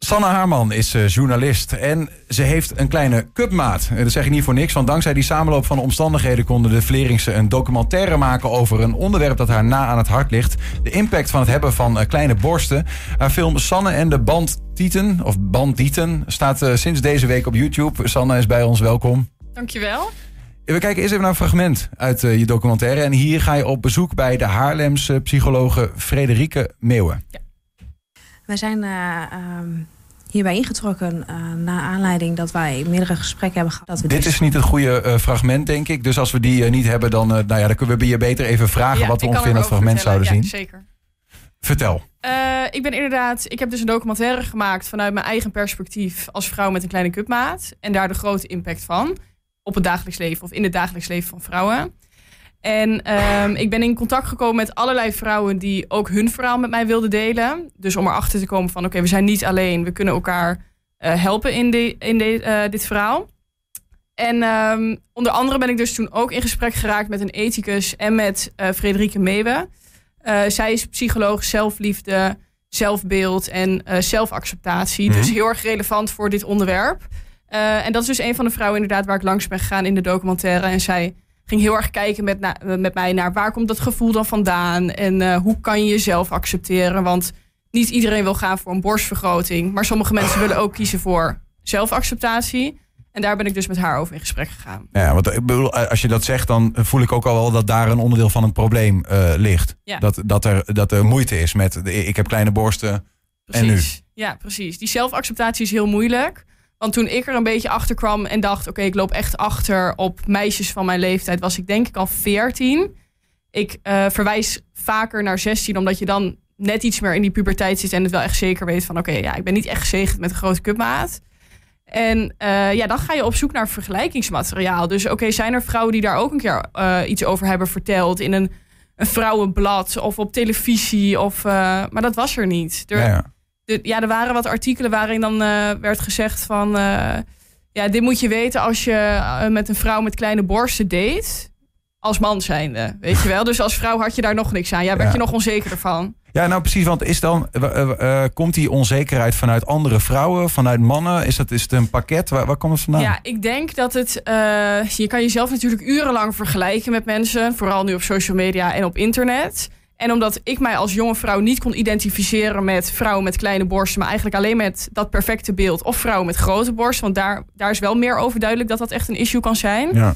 Sanne Haarman is journalist en ze heeft een kleine cupmaat. Dat zeg ik niet voor niks, want dankzij die samenloop van omstandigheden konden de Vleringse een documentaire maken over een onderwerp dat haar na aan het hart ligt. De impact van het hebben van kleine borsten. Haar film Sanne en de Bandieten staat sinds deze week op YouTube. Sanne is bij ons, welkom. Dankjewel. We kijken eerst even naar een fragment uit je documentaire. En hier ga je op bezoek bij de Haarlemse psychologe Frederike Meeuwen. Ja. Wij zijn hierbij ingetrokken naar aanleiding dat wij meerdere gesprekken hebben gehad. Dit is niet het goede fragment, denk ik. Dus als we die niet hebben, dan kunnen we je beter even vragen wat we ongeveer in het fragment zouden zien. Zeker. Vertel. Ik heb dus een documentaire gemaakt vanuit mijn eigen perspectief als vrouw met een kleine cupmaat. En daar de grote impact van op het dagelijks leven of in het dagelijks leven van vrouwen. En ik ben in contact gekomen met allerlei vrouwen die ook hun verhaal met mij wilden delen. Dus om erachter te komen van oké, we zijn niet alleen. We kunnen elkaar helpen in dit verhaal. En onder andere ben ik dus toen ook in gesprek geraakt met een ethicus en met Frederike Meeuwen. Zij is psycholoog zelfliefde, zelfbeeld en zelfacceptatie. Dus heel erg relevant voor dit onderwerp. En dat is dus een van de vrouwen inderdaad waar ik langs ben gegaan in de documentaire. En zij ging heel erg kijken met mij naar waar komt dat gevoel dan vandaan. En hoe kan je jezelf accepteren. Want niet iedereen wil gaan voor een borstvergroting. Maar sommige mensen willen ook kiezen voor zelfacceptatie. En daar ben ik dus met haar over in gesprek gegaan. Ja, want ik bedoel, als je dat zegt, dan voel ik ook al wel dat daar een onderdeel van het probleem ligt. Ja. Dat er moeite is met ik heb kleine borsten. Precies. En nu. Ja, precies. Die zelfacceptatie is heel moeilijk. Want toen ik er een beetje achter kwam en dacht, oké, ik loop echt achter op meisjes van mijn leeftijd, was ik denk ik al 14. Ik verwijs vaker naar 16, omdat je dan net iets meer in die puberteit zit en het wel echt zeker weet van oké, ik ben niet echt gezegend met een grote cupmaat. En dan ga je op zoek naar vergelijkingsmateriaal. Dus zijn er vrouwen die daar ook een keer iets over hebben verteld in een vrouwenblad of op televisie? Maar dat was er niet. Er waren wat artikelen waarin dan werd gezegd van dit moet je weten als je met een vrouw met kleine borsten date. Als man zijnde, weet je wel. Dus als vrouw had je daar nog niks aan. Werd je nog onzekerder van. Ja, nou precies, want komt die onzekerheid vanuit andere vrouwen, vanuit mannen? Is het een pakket? Waar komt het vandaan? Ja, ik denk dat het... je kan jezelf natuurlijk urenlang vergelijken met mensen. Vooral nu op social media en op internet. En omdat ik mij als jonge vrouw niet kon identificeren met vrouwen met kleine borsten, maar eigenlijk alleen met dat perfecte beeld. Of vrouwen met grote borsten. Want daar is wel meer over duidelijk dat dat echt een issue kan zijn.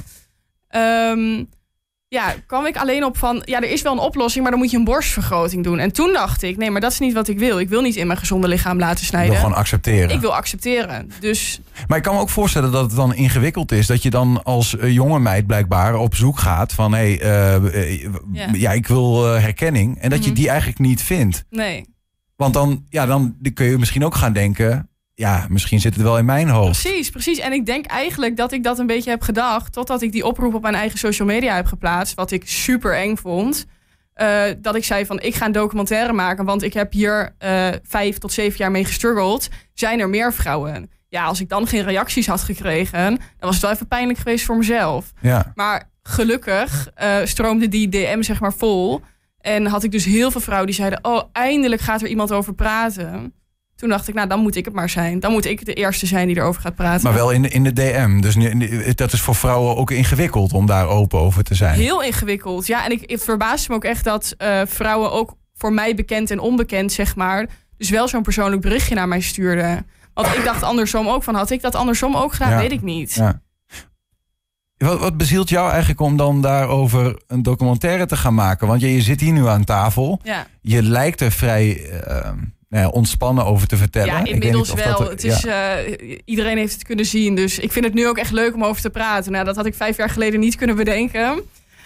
Ja. Kwam ik alleen op van, er is wel een oplossing, maar dan moet je een borstvergroting doen. En toen dacht ik, nee, maar dat is niet wat ik wil. Ik wil niet in mijn gezonde lichaam laten snijden. Ik wil gewoon accepteren. Ik wil accepteren. Dus... Maar ik kan me ook voorstellen dat het dan ingewikkeld is. Dat je dan als jonge meid blijkbaar op zoek gaat van, ik wil herkenning. En dat je die eigenlijk niet vindt. Nee. Want dan kun je misschien ook gaan denken, ja, misschien zit het wel in mijn hoofd. Precies. En ik denk eigenlijk dat ik dat een beetje heb gedacht, totdat ik die oproep op mijn eigen social media heb geplaatst, wat ik super eng vond. Dat ik zei van, ik ga een documentaire maken, want ik heb hier 5 tot 7 jaar mee gestruggeld. Zijn er meer vrouwen? Ja, als ik dan geen reacties had gekregen, dan was het wel even pijnlijk geweest voor mezelf. Ja. Maar gelukkig stroomde die DM zeg maar vol. En had ik dus heel veel vrouwen die zeiden, oh, eindelijk gaat er iemand over praten. Toen dacht ik, dan moet ik het maar zijn. Dan moet ik de eerste zijn die erover gaat praten. Maar wel in de DM. Dus dat is voor vrouwen ook ingewikkeld om daar open over te zijn. Heel ingewikkeld, ja. En het verbaasde me ook echt dat vrouwen ook voor mij bekend en onbekend, zeg maar, dus wel zo'n persoonlijk berichtje naar mij stuurden. Want ik dacht andersom ook van, had ik dat andersom ook gedaan? Ja. Weet ik niet. Ja. Wat bezielt jou eigenlijk om dan daarover een documentaire te gaan maken? Want je zit hier nu aan tafel. Ja. Je lijkt er vrij ontspannen over te vertellen. Ja, inmiddels wel. Iedereen heeft het kunnen zien. Dus ik vind het nu ook echt leuk om over te praten. Nou, dat had ik 5 jaar geleden niet kunnen bedenken.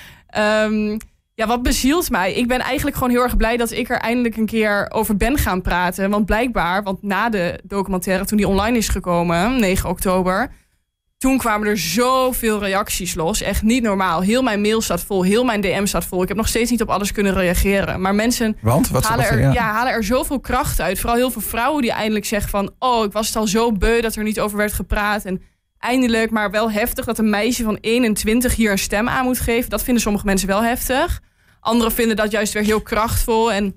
Wat bezielt mij? Ik ben eigenlijk gewoon heel erg blij dat ik er eindelijk een keer over ben gaan praten. Want na de documentaire, toen die online is gekomen, 9 oktober... Toen kwamen er zoveel reacties los. Echt niet normaal. Heel mijn mail staat vol. Heel mijn DM staat vol. Ik heb nog steeds niet op alles kunnen reageren. Maar mensen halen er zoveel kracht uit. Vooral heel veel vrouwen die eindelijk zeggen van, oh, ik was het al zo beu dat er niet over werd gepraat. En eindelijk, maar wel heftig, dat een meisje van 21 hier een stem aan moet geven. Dat vinden sommige mensen wel heftig. Anderen vinden dat juist weer heel krachtvol. En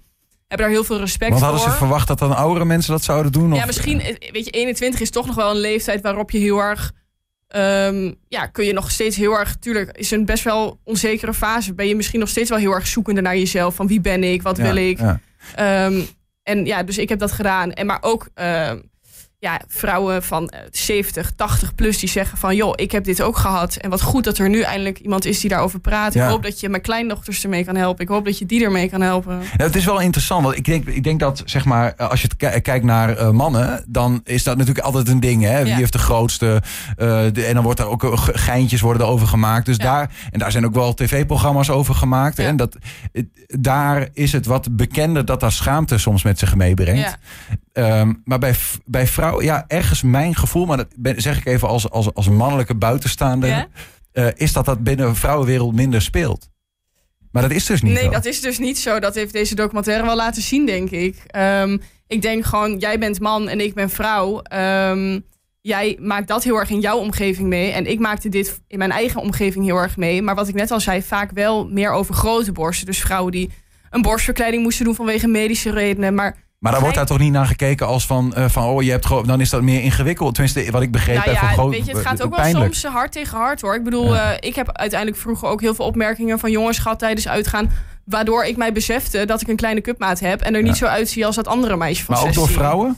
hebben daar heel veel respect Want voor. hadden ze verwacht dat dan oudere mensen dat zouden doen? Ja, of? misschien, weet je, 21 is toch nog wel een leeftijd waarop je heel erg... kun je nog steeds heel erg... Tuurlijk, is een best wel onzekere fase. Ben je misschien nog steeds wel heel erg zoekende naar jezelf. Van wie ben ik, wat wil ik? Ja. En ja, dus ik heb dat gedaan. Maar ook vrouwen van 70, 80 plus die zeggen van... joh, ik heb dit ook gehad. En wat goed dat er nu eindelijk iemand is die daarover praat. Ja. Ik hoop dat je mijn kleindochters ermee kan helpen. Ik hoop dat je die ermee kan helpen. Ja, het is wel interessant. Want ik denk dat, zeg maar, als je kijkt naar mannen... dan is dat natuurlijk altijd een ding. Hè? Wie heeft de grootste... en dan wordt er ook geintjes worden over gemaakt. Dus daar zijn ook wel tv-programma's over gemaakt. Ja. En daar is het wat bekender dat daar schaamte soms met zich meebrengt. Ja. Maar bij vrouwen, ergens mijn gevoel, maar dat zeg ik even als mannelijke buitenstaander, is dat binnen de vrouwenwereld minder speelt. Maar dat is dus niet zo. Nee, dat is dus niet zo. Dat heeft deze documentaire wel laten zien, denk ik. Ik denk gewoon, jij bent man en ik ben vrouw. Jij maakt dat heel erg in jouw omgeving mee. En ik maakte dit in mijn eigen omgeving heel erg mee. Maar wat ik net al zei, vaak wel meer over grote borsten. Dus vrouwen die een borstverkleiding moesten doen vanwege medische redenen. Maar dan wordt daar toch niet naar gekeken als van je hebt dan is dat meer ingewikkeld. Tenminste, wat ik begreep. Weet je, het gaat ook wel soms hard tegen hard, hoor. Ik bedoel, ik heb uiteindelijk vroeger ook heel veel opmerkingen van jongens gehad tijdens uitgaan, waardoor ik mij besefte dat ik een kleine cupmaat heb en er niet zo uitzie als dat andere meisje van 16. Maar ook door vrouwen?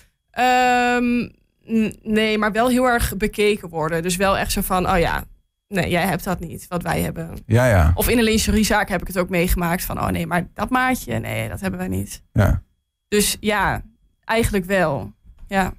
Nee, maar wel heel erg bekeken worden. Dus wel echt zo van, nee, jij hebt dat niet, wat wij hebben. Ja. Of in een lingeriezaak heb ik het ook meegemaakt van, nee, maar dat maatje, nee, dat hebben wij niet. Ja. Dus ja, eigenlijk wel. Ja.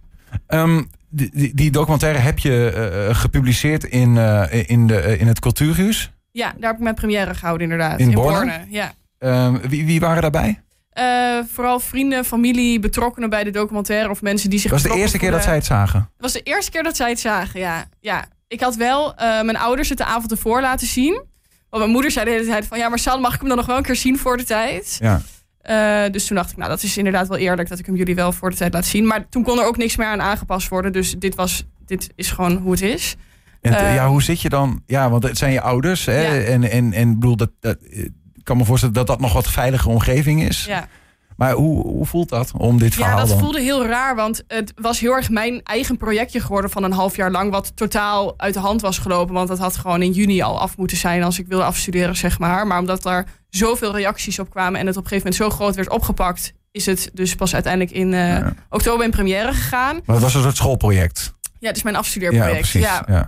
Die documentaire heb je gepubliceerd in het Cultuurhuis? Ja, daar heb ik mijn première gehouden, inderdaad. In Borne? Ja. Wie waren daarbij? Vooral vrienden, familie, betrokkenen bij de documentaire of mensen die zich... Was het de eerste keer dat zij het zagen? Het was de eerste keer dat zij het zagen, ja. Ik had wel mijn ouders het de avond ervoor laten zien. Want mijn moeder zei de hele tijd van... ja, maar San, mag ik hem dan nog wel een keer zien voor de tijd? Ja. Dus toen dacht ik, dat is inderdaad wel eerlijk dat ik hem jullie wel voor de tijd laat zien. Maar toen kon er ook niks meer aan aangepast worden. Dus dit is gewoon hoe het is. En hoe zit je dan? Ja, want het zijn je ouders. Hè? Ja. En bedoel, ik kan me voorstellen dat dat nog wat veiligere omgeving is. Ja. Maar hoe voelt dat om dit verhaal dan? Ja, dat dan? voelde heel raar. Want het was heel erg mijn eigen projectje geworden van een half jaar lang. Wat totaal uit de hand was gelopen. Want dat had gewoon in juni al af moeten zijn als ik wilde afstuderen, zeg maar. Maar omdat er zoveel reacties op kwamen en het op een gegeven moment zo groot werd opgepakt, is het dus pas uiteindelijk in oktober in première gegaan. Maar dat was een soort schoolproject. Ja, het is mijn afstudeerproject. Ja, precies. Ja.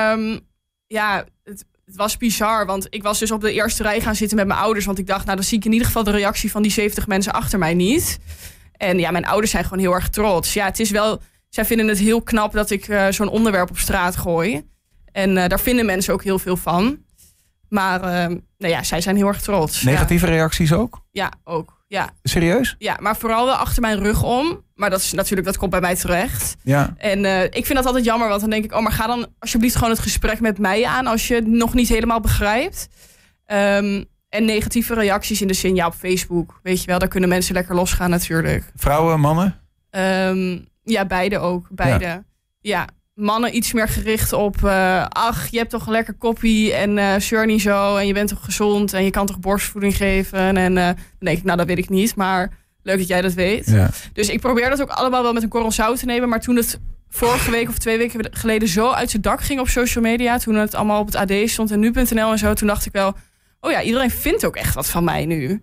En het was bizar, want ik was dus op de eerste rij gaan zitten met mijn ouders. Want ik dacht, dan zie ik in ieder geval de reactie van die 70 mensen achter mij niet. En ja, mijn ouders zijn gewoon heel erg trots. Ja, het is wel, zij vinden het heel knap dat ik zo'n onderwerp op straat gooi. En daar vinden mensen ook heel veel van. Maar zij zijn heel erg trots. Negatieve reacties ook? Ja, ook. Ja. Serieus? Ja, maar vooral wel achter mijn rug om. Maar dat komt bij mij terecht. Ja. En ik vind dat altijd jammer, want dan denk ik, maar ga dan alsjeblieft gewoon het gesprek met mij aan als je het nog niet helemaal begrijpt. En negatieve reacties in de zin, op Facebook, weet je wel, daar kunnen mensen lekker losgaan natuurlijk. Vrouwen, mannen? Ja, beide ook. Beide. Ja. Mannen iets meer gericht op, je hebt toch een lekker koppie en zeur niet zo en je bent toch gezond en je kan toch borstvoeding geven. En dan denk ik, dat weet ik niet, maar leuk dat jij dat weet. Ja. Dus ik probeer dat ook allemaal wel met een korrel zout te nemen, maar toen het vorige week of 2 weken geleden zo uit zijn dak ging op social media, toen het allemaal op het AD stond en nu.nl en zo, toen dacht ik wel, iedereen vindt ook echt wat van mij nu.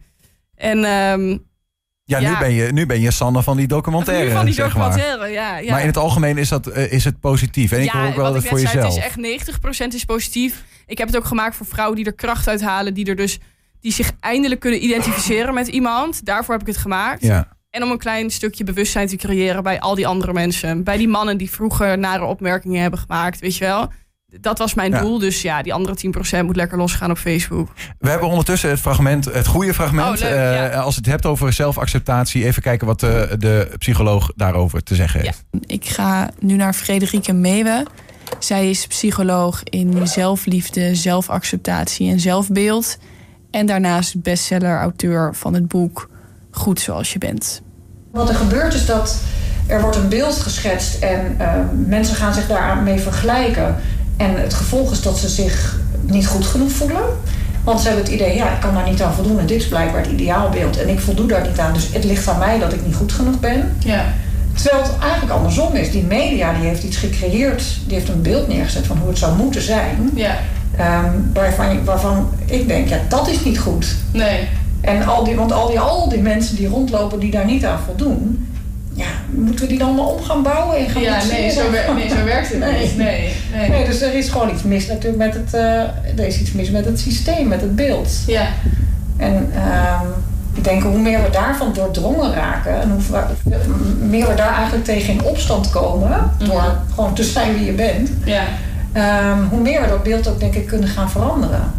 En nu ben je Sanne van die documentaire. Nu van die documentaire, ja. Maar in het algemeen is het positief. En ik hoor ook wel dat voor jezelf. Het is echt 90% is positief. Ik heb het ook gemaakt voor vrouwen die er kracht uithalen, die zich eindelijk kunnen identificeren met iemand. Daarvoor heb ik het gemaakt. Ja. En om een klein stukje bewustzijn te creëren bij al die andere mensen. Bij die mannen die vroeger nare opmerkingen hebben gemaakt, weet je wel. Dat was mijn doel. Dus die andere 10% moet lekker losgaan op Facebook. We hebben ondertussen het goede fragment. Leuk, als je het hebt over zelfacceptatie, even kijken wat de psycholoog daarover te zeggen heeft. Ja. Ik ga nu naar Frederike Meeuwen. Zij is psycholoog in zelfliefde, zelfacceptatie en zelfbeeld. En daarnaast bestseller-auteur van het boek Goed Zoals Je Bent. Wat er gebeurt is dat er wordt een beeld geschetst en mensen gaan zich daarmee vergelijken. En het gevolg is dat ze zich niet goed genoeg voelen. Want ze hebben het idee, ik kan daar niet aan voldoen. En dit is blijkbaar het ideaalbeeld. En ik voldoe daar niet aan. Dus het ligt aan mij dat ik niet goed genoeg ben. Ja. Terwijl het eigenlijk andersom is. Die media die heeft iets gecreëerd. Die heeft een beeld neergezet van hoe het zou moeten zijn. Ja. Waarvan ik denk, dat is niet goed. Nee. En al die mensen die rondlopen die daar niet aan voldoen. Ja, moeten we die dan allemaal om gaan bouwen en gaan zo werkt het niet. Nee, dus er is gewoon iets mis natuurlijk met het... er is iets mis met het systeem, met het beeld. Ja. En ik denk, hoe meer we daarvan doordrongen raken... en hoe meer we daar eigenlijk tegen in opstand komen... door gewoon te zijn wie je bent... Ja. hoe meer we dat beeld ook, denk ik, kunnen gaan veranderen.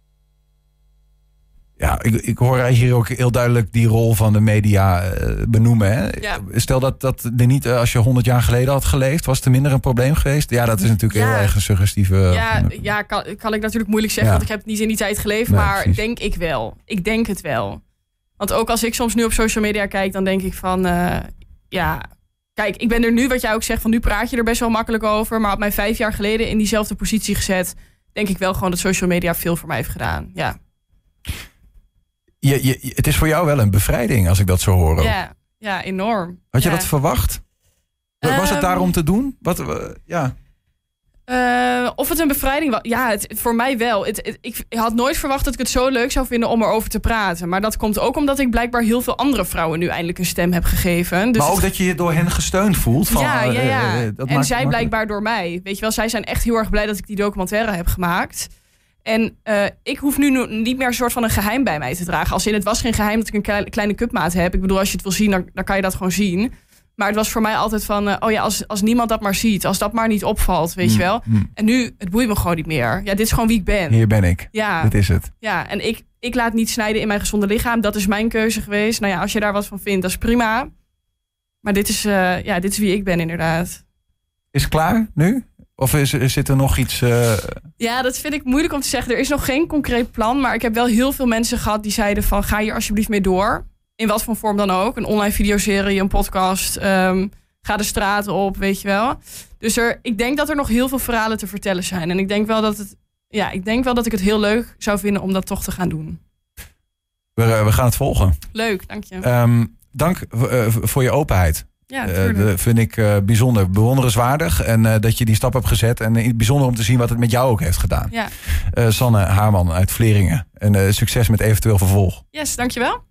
Ja, ik hoor hier ook heel duidelijk die rol van de media benoemen. Hè? Ja. Stel dat er niet, als je 100 jaar geleden had geleefd... was het er minder een probleem geweest? Ja, dat is natuurlijk heel erg een suggestieve... kan ik natuurlijk moeilijk zeggen... want ik heb het niet in die tijd geleefd... maar precies. denk ik wel. Ik denk het wel. Want ook als ik soms nu op social media kijk... dan denk ik van... kijk, ik ben er nu, wat jij ook zegt... van nu praat je er best wel makkelijk over... maar had mij 5 jaar geleden in diezelfde positie gezet... denk ik wel gewoon dat social media veel voor mij heeft gedaan. Ja. Het is voor jou wel een bevrijding, als ik dat zo hoor. Ja, enorm. Had je dat verwacht? Was het daarom te doen? Of het een bevrijding was? Ja, voor mij wel. Ik had nooit verwacht dat ik het zo leuk zou vinden om erover te praten. Maar dat komt ook omdat ik blijkbaar heel veel andere vrouwen nu eindelijk een stem heb gegeven. Dus maar ook dat je je door hen gesteund voelt. Van, en zij blijkbaar door mij. Weet je wel, zij zijn echt heel erg blij dat ik die documentaire heb gemaakt. En ik hoef nu niet meer een soort van een geheim bij mij te dragen. Als in, het was geen geheim dat ik een kleine cupmaat heb. Ik bedoel, als je het wil zien, dan kan je dat gewoon zien. Maar het was voor mij altijd van... als niemand dat maar ziet. Als dat maar niet opvalt, weet je wel. En nu, het boeit me gewoon niet meer. Ja, dit is gewoon wie ik ben. Hier ben ik. Ja. Dit is het. Ja, en ik laat niet snijden in mijn gezonde lichaam. Dat is mijn keuze geweest. Nou ja, als je daar wat van vindt, dat is prima. Maar dit is wie ik ben, inderdaad. Is het klaar nu? Of zit er nog iets... Ja, dat vind ik moeilijk om te zeggen. Er is nog geen concreet plan. Maar ik heb wel heel veel mensen gehad die zeiden van... ga hier alsjeblieft mee door. In wat voor vorm dan ook. Een online videoserie, een podcast. Ga de straat op, weet je wel. Dus ik denk dat er nog heel veel verhalen te vertellen zijn. En ik denk wel dat ik het heel leuk zou vinden om dat toch te gaan doen. We gaan het volgen. Leuk, dank je. Dank voor je openheid. Ja, dat vind ik bijzonder bewonderenswaardig. En dat je die stap hebt gezet. En bijzonder om te zien wat het met jou ook heeft gedaan. Ja. Sanne Haarman uit Vleringen. En succes met eventueel vervolg. Yes, dankjewel.